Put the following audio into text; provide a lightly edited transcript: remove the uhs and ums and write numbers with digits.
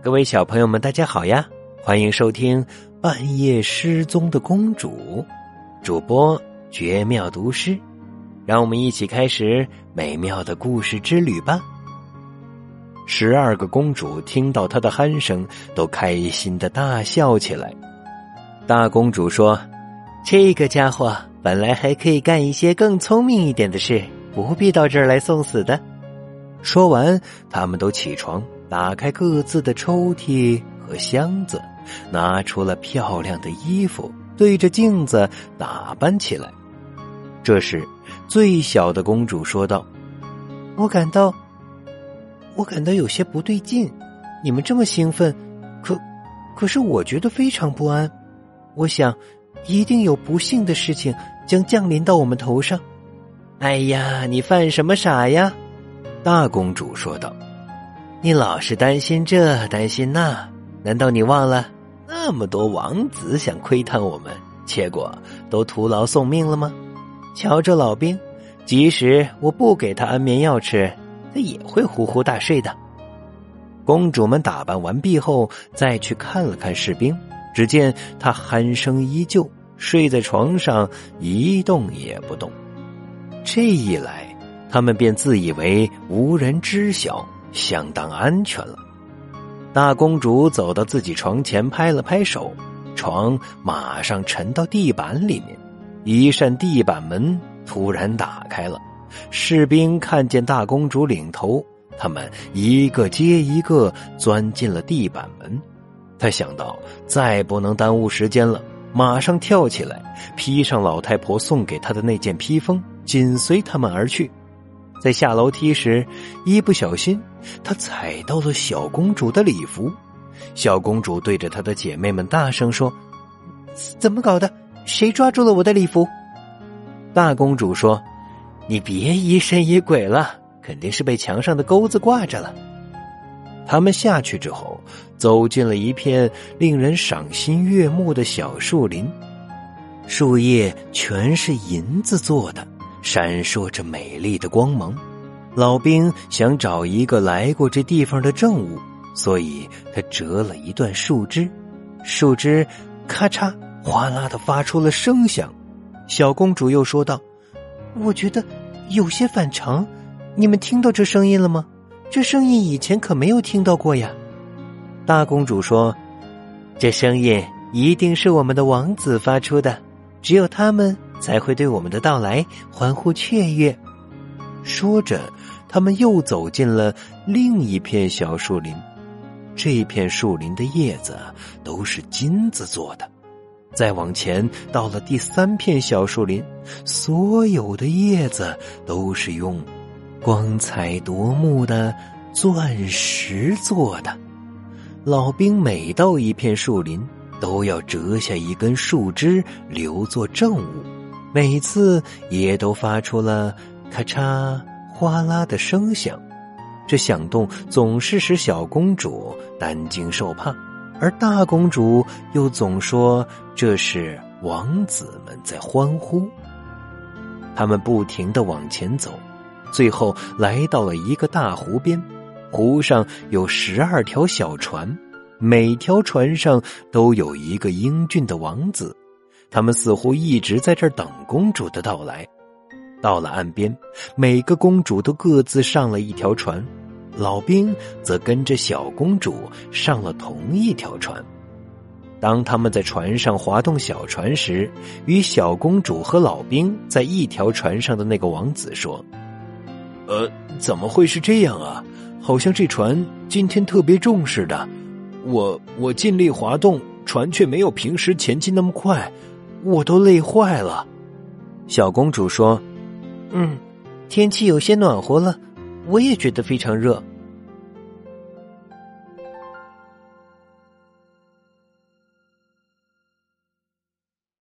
各位小朋友们大家好呀，欢迎收听半夜失踪的公主，主播绝妙读诗，让我们一起开始美妙的故事之旅吧。12个公主听到她的鼾声都开心地大笑起来。大公主说，这个家伙本来还可以干一些更聪明一点的事，不必到这儿来送死的。说完，他们都起床，打开各自的抽屉和箱子，拿出了漂亮的衣服，对着镜子打扮起来。这时，最小的公主说道，我感到有些不对劲，你们这么兴奋，可是我觉得非常不安。我想一定有不幸的事情将降临到我们头上。哎呀，你犯什么傻呀？大公主说道，你老是担心这担心那，难道你忘了那么多王子想窥探我们，结果都徒劳送命了吗？瞧这老兵，即使我不给他安眠药吃，他也会呼呼大睡的。公主们打扮完毕后，再去看了看士兵，只见他鼾声依旧，睡在床上一动也不动。这一来，他们便自以为无人知晓，相当安全了。大公主走到自己床前，拍了拍手，床马上沉到地板里面，一扇地板门突然打开了。士兵看见大公主领头，他们一个接一个钻进了地板门。他想到再不能耽误时间了，马上跳起来，披上老太婆送给他的那件披风，紧随他们而去。在下楼梯时，一不小心他踩到了小公主的礼服。小公主对着她的姐妹们大声说，怎么搞的？谁抓住了我的礼服？大公主说，你别疑神疑鬼了，肯定是被墙上的钩子挂着了。他们下去之后，走进了一片令人赏心悦目的小树林，树叶全是银子做的，闪烁着美丽的光芒。老兵想找一个来过这地方的证物，所以他折了一段树枝，树枝咔嚓哗啦地发出了声响。小公主又说道，我觉得有些反常，你们听到这声音了吗？这声音以前可没有听到过呀。大公主说，这声音一定是我们的王子发出的，只有他们才会对我们的到来欢呼雀跃。说着，他们又走进了另一片小树林。这片树林的叶子都是金子做的。再往前到了第3片小树林，所有的叶子都是用光彩夺目的钻石做的。老兵每到一片树林，都要折下一根树枝留作证物，每次也都发出了咔嚓哗啦的声响。这响动总是使小公主担惊受怕，而大公主又总说这是王子们在欢呼。他们不停地往前走，最后来到了一个大湖边，湖上有12条小船，每条船上都有一个英俊的王子，他们似乎一直在这儿等公主的到来。到了岸边，每个公主都各自上了一条船，老兵则跟着小公主上了同一条船。当他们在船上划动小船时，与小公主和老兵在一条船上的那个王子说，怎么会是这样啊？好像这船今天特别重似的。我尽力划动，船却没有平时前进那么快，我都累坏了。小公主说，天气有些暖和了，我也觉得非常热，